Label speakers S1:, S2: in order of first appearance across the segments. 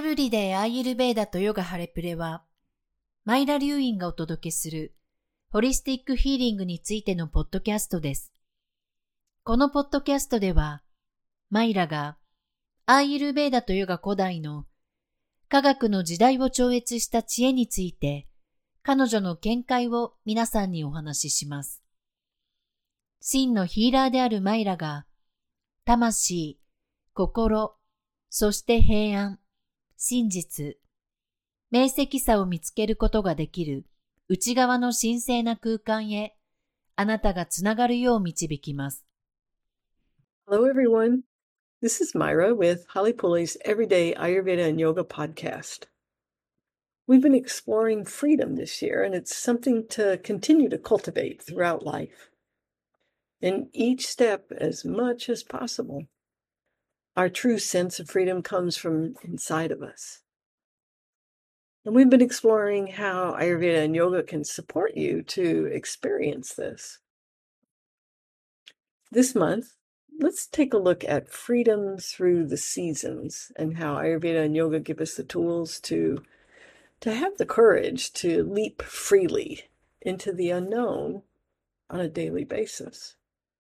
S1: ブリデーアーユルベーダとヨガハレプレは、マイラ流院がお届けするホリスティックヒーリングについてのポッドキャストです。このポッドキャストでは、マイラがアーユルベーダとヨガ古代の科学の時代を超越した知恵について、彼女の見解を皆さんにお話しします。真のヒーラーであるマイラが、魂、心、そして平安、真実、明晰さを見つけることができる内側の神聖な空間へ、あなたがつながるよう導きます。
S2: Hello, everyone. This is Myra with Holly Pulley's Everyday Ayurveda and Yoga podcast. We've been exploring freedom this year, and it's something to continue to cultivate throughout life. In each step, as much as possible, our true sense of freedom comes from inside of us. And we've been exploring how Ayurveda and yoga can support you to experience this. This month, let's take a look at freedom through the seasons and how Ayurveda and yoga give us the tools to have the courage to leap freely into the unknown on a daily basis.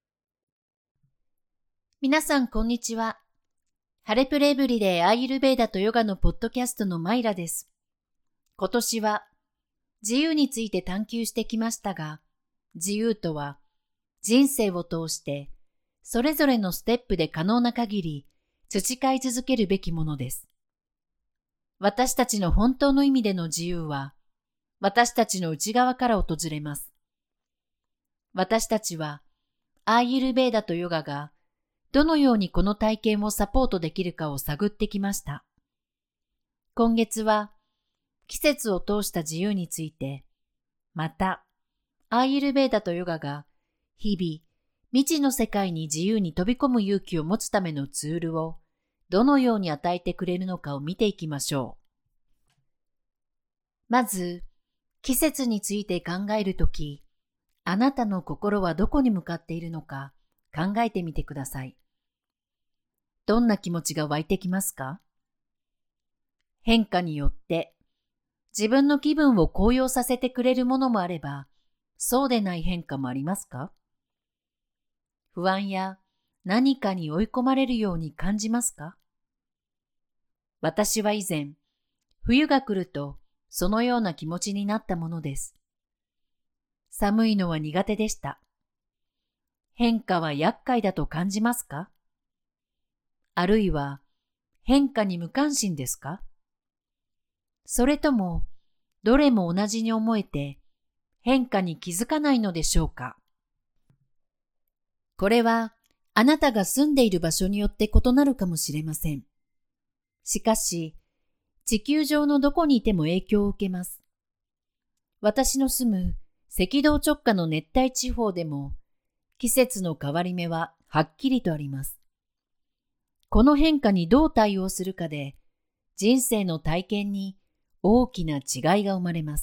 S1: 皆さんこんにちは。ハレプレエブリデーアーユルベーダとヨガのポッドキャストのマイラです。今年は自由について探求してきましたが、自由とは人生を通してそれぞれのステップで可能な限り培い続けるべきものです。私たちの本当の意味での自由は私たちの内側から訪れます。私たちはアーユルベーダとヨガがどのようにこの体験をサポートできるかを探ってきました。今月は季節を通した自由について、またアーユルベーダとヨガが日々未知の世界に自由に飛び込む勇気を持つためのツールをどのように与えてくれるのかを見ていきましょう。まず、季節について考えるとき、あなたの心はどこに向かっているのか考えてみてください。どんな気持ちが湧いてきますか？変化によって自分の気分を高揚させてくれるものもあれば、そうでない変化もありますか？不安や何かに追い込まれるように感じますか？私は以前、冬が来るとそのような気持ちになったものです。寒いのは苦手でした。変化は厄介だと感じますか？あるいは変化に無関心ですか？それともどれも同じに思えて変化に気づかないのでしょうか？これはあなたが住んでいる場所によって異なるかもしれません。しかし、地球上のどこにいても影響を受けます。私の住む赤道直下の熱帯地方でも季節の変わり目ははっきりとあります。この変化にどう対応するかで人生の体験に大きな違いが生まれます。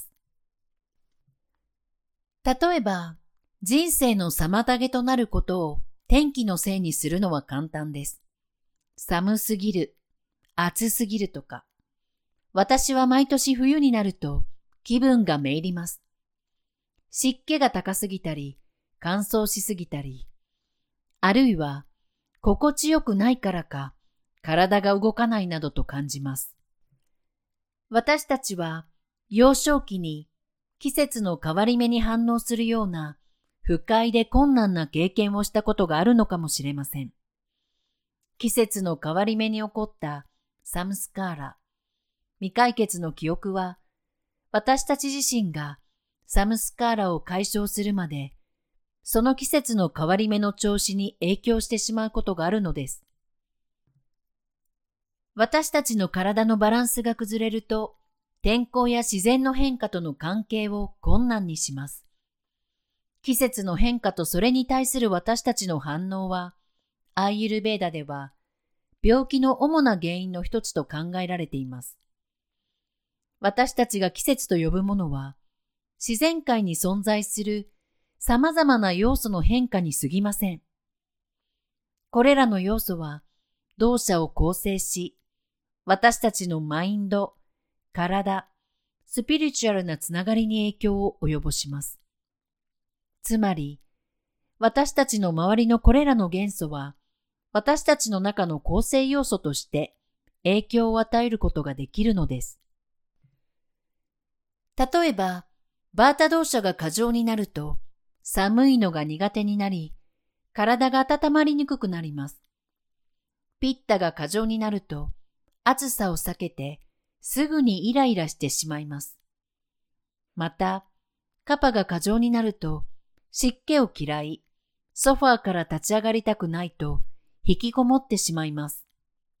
S1: 例えば、人生の妨げとなることを天気のせいにするのは簡単です。寒すぎる、暑すぎるとか。私は毎年冬になると気分がめいります。湿気が高すぎたり、乾燥しすぎたり、あるいは心地よくないからか体が動かないなどと感じます。私たちは幼少期に季節の変わり目に反応するような不快で困難な経験をしたことがあるのかもしれません。季節の変わり目に起こったサムスカーラ、未解決の記憶は、私たち自身がサムスカーラを解消するまで、その季節の変わり目の調子に影響してしまうことがあるのです。私たちの体のバランスが崩れると、天候や自然の変化との関係を困難にします。季節の変化とそれに対する私たちの反応は、アーユルベーダでは、病気の主な原因の一つと考えられています。私たちが季節と呼ぶものは、自然界に存在する様々な要素の変化に過ぎません。これらの要素は、動作を構成し、 私たちのマインド、体、スピリチュアルなつながりに影響を及ぼします。つまり、私たちの周りのこれらの元素は、私たちの中の構成要素として影響を与えることができるのです。例えば、バータ動作が過剰になると、寒いのが苦手になり、体が温まりにくくなります。ピッタが過剰になると、暑さを避けて、すぐにイライラしてしまいます。また、カパが過剰になると、湿気を嫌い、ソファーから立ち上がりたくないと、引きこもってしまいます。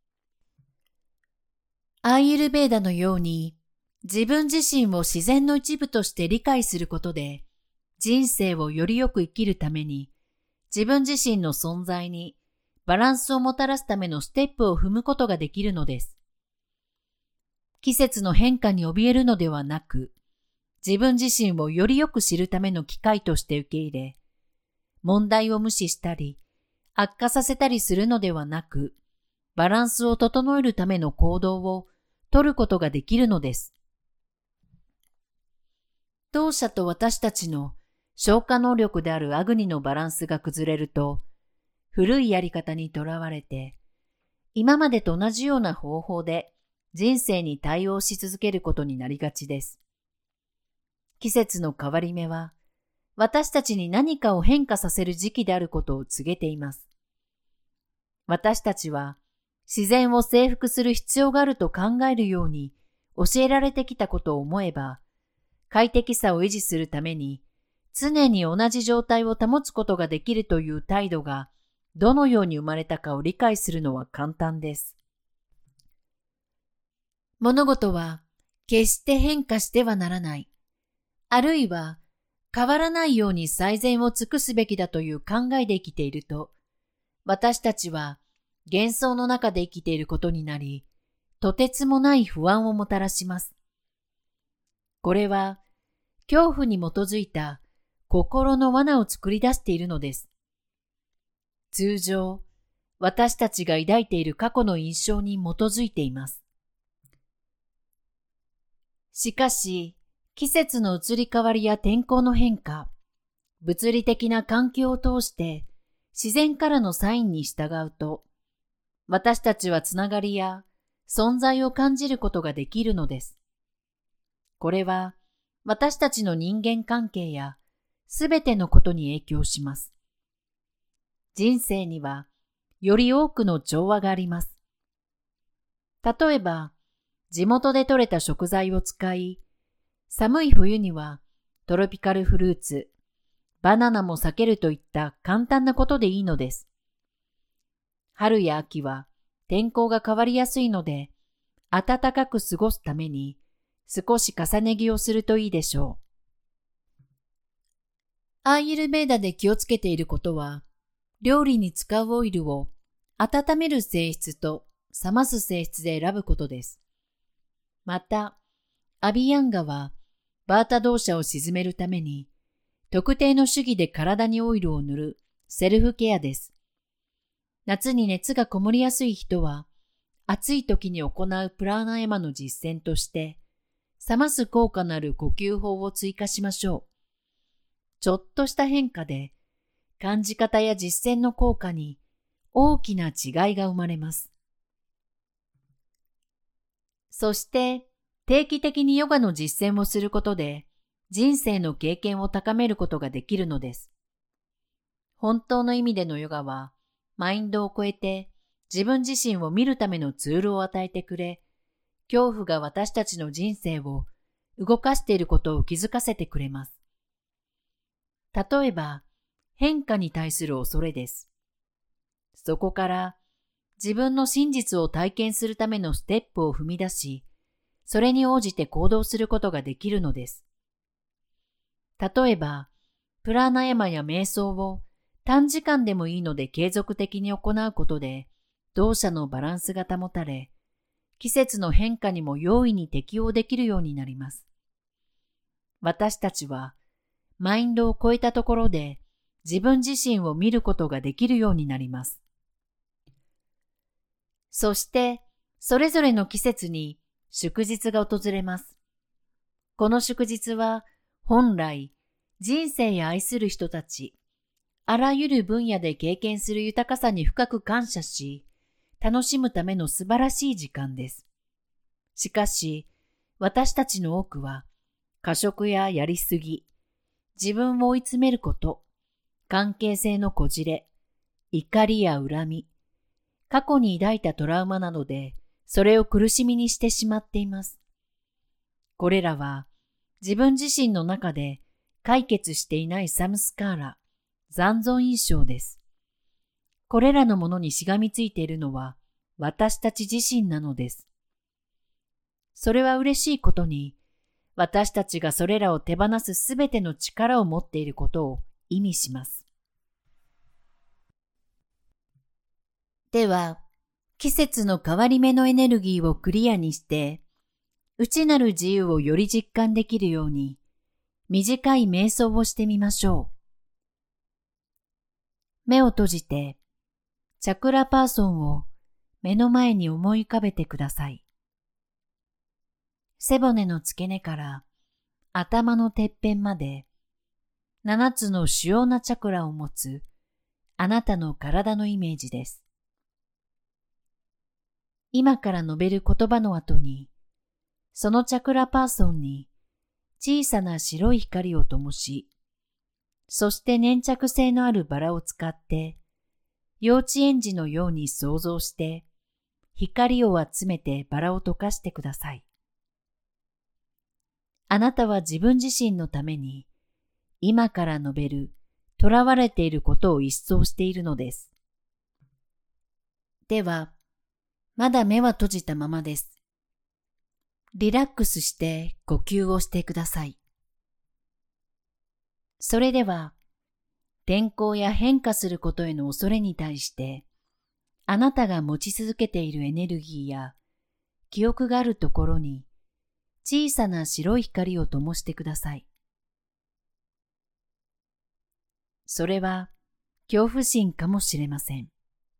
S1: アーユルヴェーダのように、自分自身を自然の一部として理解することで、人生をよりよく生きるために、自分自身の存在にバランスをもたらすためのステップを踏むことができるのです。季節の変化に怯えるのではなく、自分自身をよりよく知るための機会として受け入れ、問題を無視したり、悪化させたりするのではなく、バランスを整えるための行動を取ることができるのです。当社と私たちの消化能力であるアグニのバランスが崩れると、古いやり方にとらわれて、今までと同じような方法で人生に対応し続けることになりがちです。季節の変わり目は、私たちに何かを変化させる時期であることを告げています。私たちは、自然を征服する必要があると考えるように教えられてきたことを思えば、快適さを維持するために、常に同じ状態を保つことができるという態度が、どのように生まれたかを理解するのは簡単です。物事は決して変化してはならない。あるいは変わらないように最善を尽くすべきだという考えで生きていると、私たちは幻想の中で生きていることになり、とてつもない不安をもたらします。これは恐怖に基づいた心の罠を作り出しているのです。通常、私たちが抱いている過去の印象に基づいています。しかし、季節の移り変わりや天候の変化、物理的な環境を通して自然からのサインに従うと、私たちはつながりや存在を感じることができるのです。これは私たちの人間関係やすべてのことに影響します。人生にはより多くの調和があります。例えば、地元で採れた食材を使い、寒い冬にはトロピカルフルーツ、バナナも避けるといった簡単なことでいいのです。春や秋は天候が変わりやすいので、暖かく過ごすために少し重ね着をするといいでしょう。アーユルヴェーダで気をつけていることは、料理に使うオイルを温める性質と冷ます性質で選ぶことです。また、アビヤンガはバータ動作を鎮めるために特定の手技で体にオイルを塗るセルフケアです。夏に熱がこもりやすい人は暑い時に行うプラーナヤマの実践として冷ます効果のある呼吸法を追加しましょう。ちょっとした変化で感じ方や実践の効果に大きな違いが生まれます。そして定期的にヨガの実践をすることで人生の経験を高めることができるのです。本当の意味でのヨガはマインドを超えて自分自身を見るためのツールを与えてくれ、恐怖が私たちの人生を動かしていることを気づかせてくれます。例えば、変化に対する恐れです。そこから自分の真実を体験するためのステップを踏み出し、それに応じて行動することができるのです。例えば、プラーナヤマや瞑想を短時間でもいいので継続的に行うことで、動作のバランスが保たれ、季節の変化にも容易に適応できるようになります。私たちは、マインドを超えたところで、自分自身を見ることができるようになります。そして、 それぞれの季節に祝日が訪れます。この祝日は本来人生や愛する人たち、あらゆる分野で経験する豊かさに深く感謝し、楽しむための素晴らしい時間です。しかし、私たちの多くは過食ややりすぎ、自分を追い詰めること、関係性のこじれ、怒りや恨み、過去に抱いたトラウマなどで、それを苦しみにしてしまっています。これらは自分自身の中で解決していないサムスカーラ、残存印象です。これらのものにしがみついているのは私たち自身なのです。それは嬉しいことに、私たちがそれらを手放すすべての力を持っていることを意味します。では、季節の変わり目のエネルギーをクリアにして、内なる自由をより実感できるように、短い瞑想をしてみましょう。目を閉じて、チャクラパーソンを目の前に思い浮かべてください。背骨の付け根から頭のてっぺんまで、7つの主要なチャクラを持つあなたの体のイメージです。今から述べる言葉の後に、そのチャクラパーソンに小さな白い光を灯し、そして粘着性のあるバラを使って、幼稚園児のように想像して、光を集めてバラを溶かしてください。あなたは自分自身のために、今から述べる、囚われていることを一掃しているのです。では、まだ目は閉じたままです。リラックスして呼吸をしてください。それでは、天候や変化することへの恐れに対して、あなたが持ち続けているエネルギーや記憶があるところに、小さな白い光を灯してください。それは恐怖心かもしれません。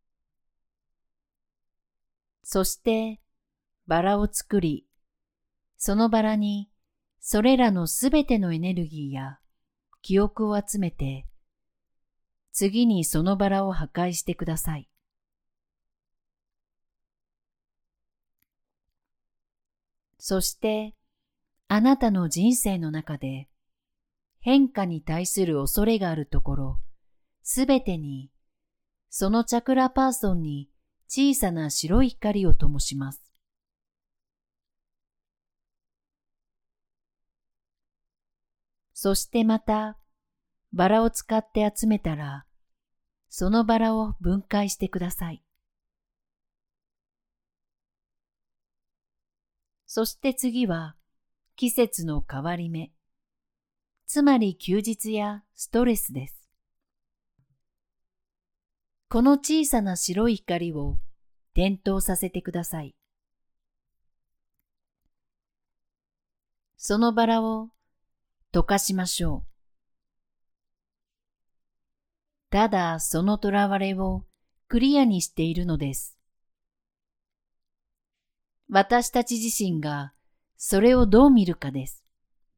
S1: そしてバラを作り、そのバラにそれらのすべてのエネルギーや記憶を集めて、次にそのバラを破壊してください。そして、あなたの人生の中で変化に対する恐れがあるところ、すべてに、そのチャクラパーソンに小さな白い光を灯します。そしてまた、バラを使って集めたら、そのバラを分解してください。そして次は、季節の変わり目、つまり休日やストレスです。この小さな白い光を点灯させてください。そのバラを溶かしましょう。ただその囚われをクリアにしているのです。私たち自身がそれをどう見るかです。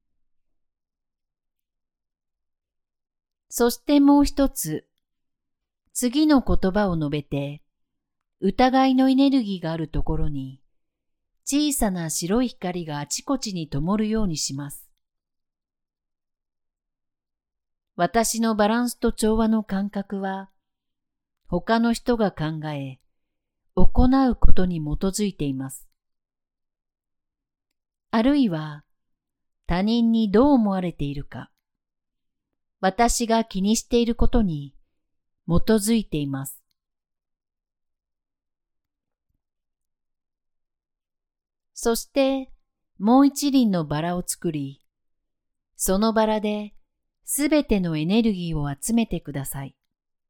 S1: そしてもう一つ、次の言葉を述べて、疑いのエネルギーがあるところに、小さな白い光があちこちに灯るようにします。私のバランスと調和の感覚は、他の人が考え、行うことに基づいています。あるいは、他人にどう思われているか、私が気にしていることに基づいています。そして、もう一輪のバラを作り、そのバラですべてのエネルギーを集めてください。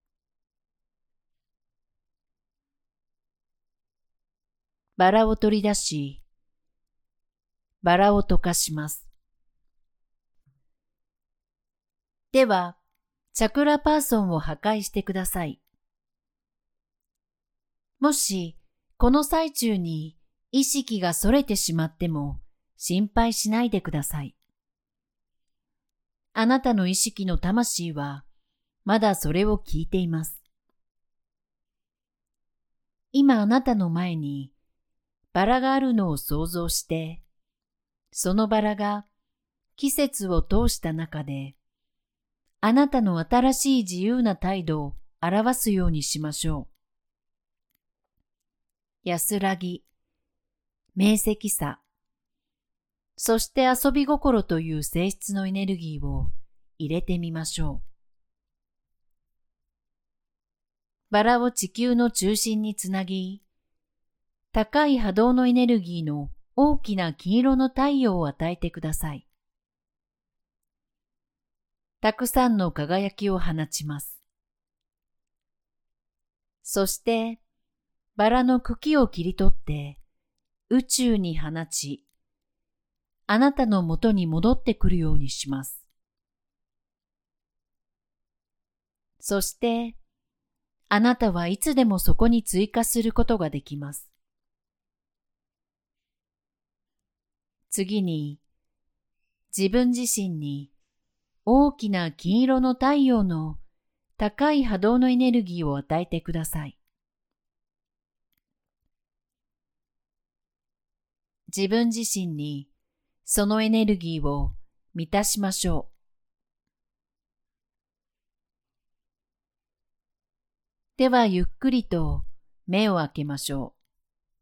S1: バラを取り出し、バラを溶かします。では、チャクラパーソンを破壊してください。もし、この最中に意識がそれてしまっても心配しないでください。あなたの意識の魂はまだそれを聞いています。今あなたの前にバラがあるのを想像して、そのバラが季節を通した中で、あなたの新しい自由な態度を表すようにしましょう。安らぎ、明晰さ、そして遊び心という性質のエネルギーを入れてみましょう。バラを地球の中心につなぎ、高い波動のエネルギーの大きな金色の太陽を与えてください。たくさんの輝きを放ちます。そして、バラの茎を切り取って宇宙に放ち、あなたのもとに戻ってくるようにします。そして、あなたはいつでもそこに追加することができます。次に、自分自身に大きな金色の太陽の高い波動のエネルギーを与えてください。自分自身にそのエネルギーを満たしましょう。ではゆっくりと目を開けましょう。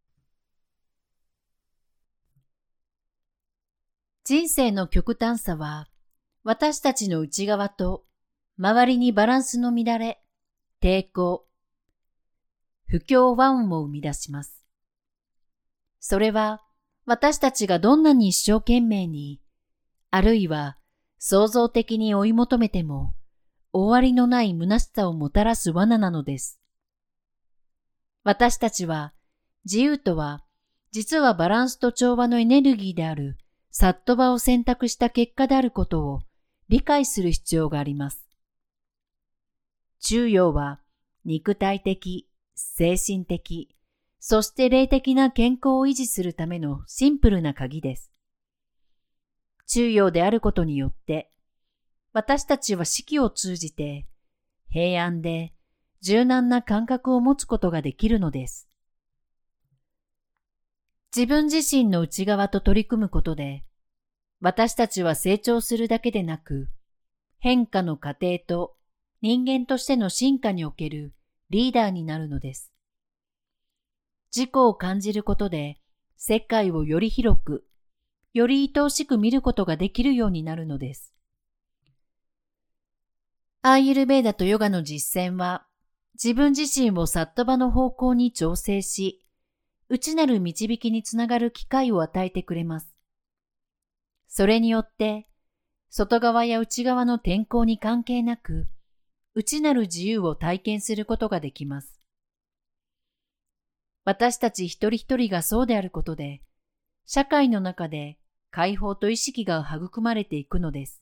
S1: 人生の極端さは私たちの内側と周りにバランスの乱れ、抵抗、不協和音を生み出します。それは私たちがどんなに一生懸命に、あるいは創造的に追い求めても終わりのない虚しさをもたらす罠なのです。私たちは自由とは実はバランスと調和のエネルギーであるサットバを選択した結果であることを理解する必要があります。中庸は肉体的、精神的、そして霊的な健康を維持するためのシンプルな鍵です。中庸であることによって、私たちは四季を通じて平安で柔軟な感覚を持つことができるのです。自分自身の内側と取り組むことで、私たちは成長するだけでなく、変化の過程と人間としての進化におけるリーダーになるのです。自己を感じることで、世界をより広く、より愛おしく見ることができるようになるのです。アーユルヴェーダとヨガの実践は、自分自身をサットバの方向に調整し、内なる導きにつながる機会を与えてくれます。それによって、外側や内側の天候に関係なく、内なる自由を体験することができます。私たち一人一人がそうであることで、社会の中で解放と意識が育まれていくのです。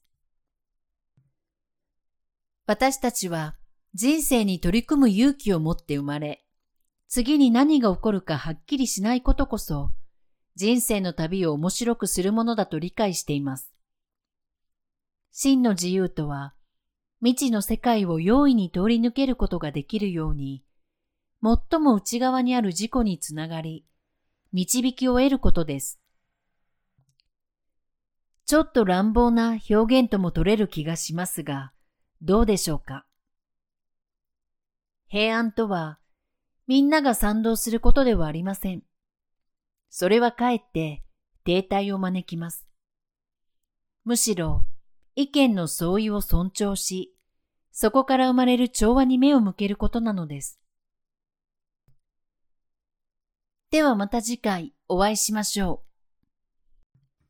S1: 私たちは人生に取り組む勇気を持って生まれ、次に何が起こるかはっきりしないことこそ、人生の旅を面白くするものだと理解しています。真の自由とは、未知の世界を容易に通り抜けることができるように、最も内側にある自己につながり、導きを得ることです。ちょっと乱暴な表現とも取れる気がしますが、どうでしょうか。平安とは、みんなが賛同することではありません。それはかえって停滞を招きます。むしろ、意見の相違を尊重し、そこから生まれる調和に目を向けることなのです。ではまた次回お会いしましょう。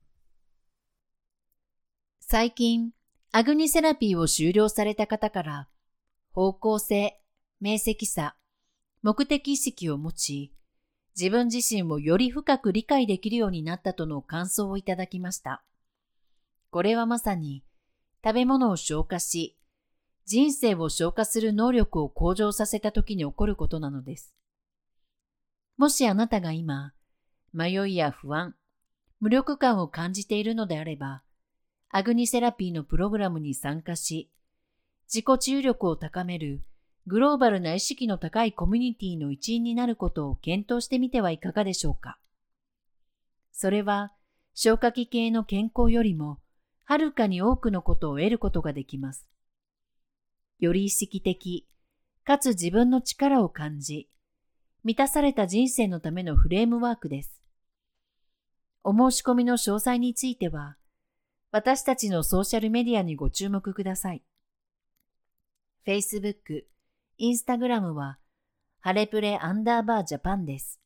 S1: 最近、アグニセラピーを修了された方から、方向性、明晰さ、目的意識を持ち、自分自身をより深く理解できるようになったとの感想をいただきました。これはまさに、食べ物を消化し、人生を消化する能力を向上させたときに起こることなのです。もしあなたが今、 迷いや不安、無力感を感じているのであれば、アグニセラピーのプログラムに参加し、自己治癒力を高めるグローバルな意識の高いコミュニティの一員になることを検討してみてはいかがでしょうか。それは消化器系の健康よりもはるかに多くのことを得ることができます。より意識的、かつ自分の力を感じ、満たされた人生のためのフレームワークです。お申し込みの詳細については、私たちのソーシャルメディアにご注目ください。Facebook、Instagram は、ハレプレ_ジャパンです。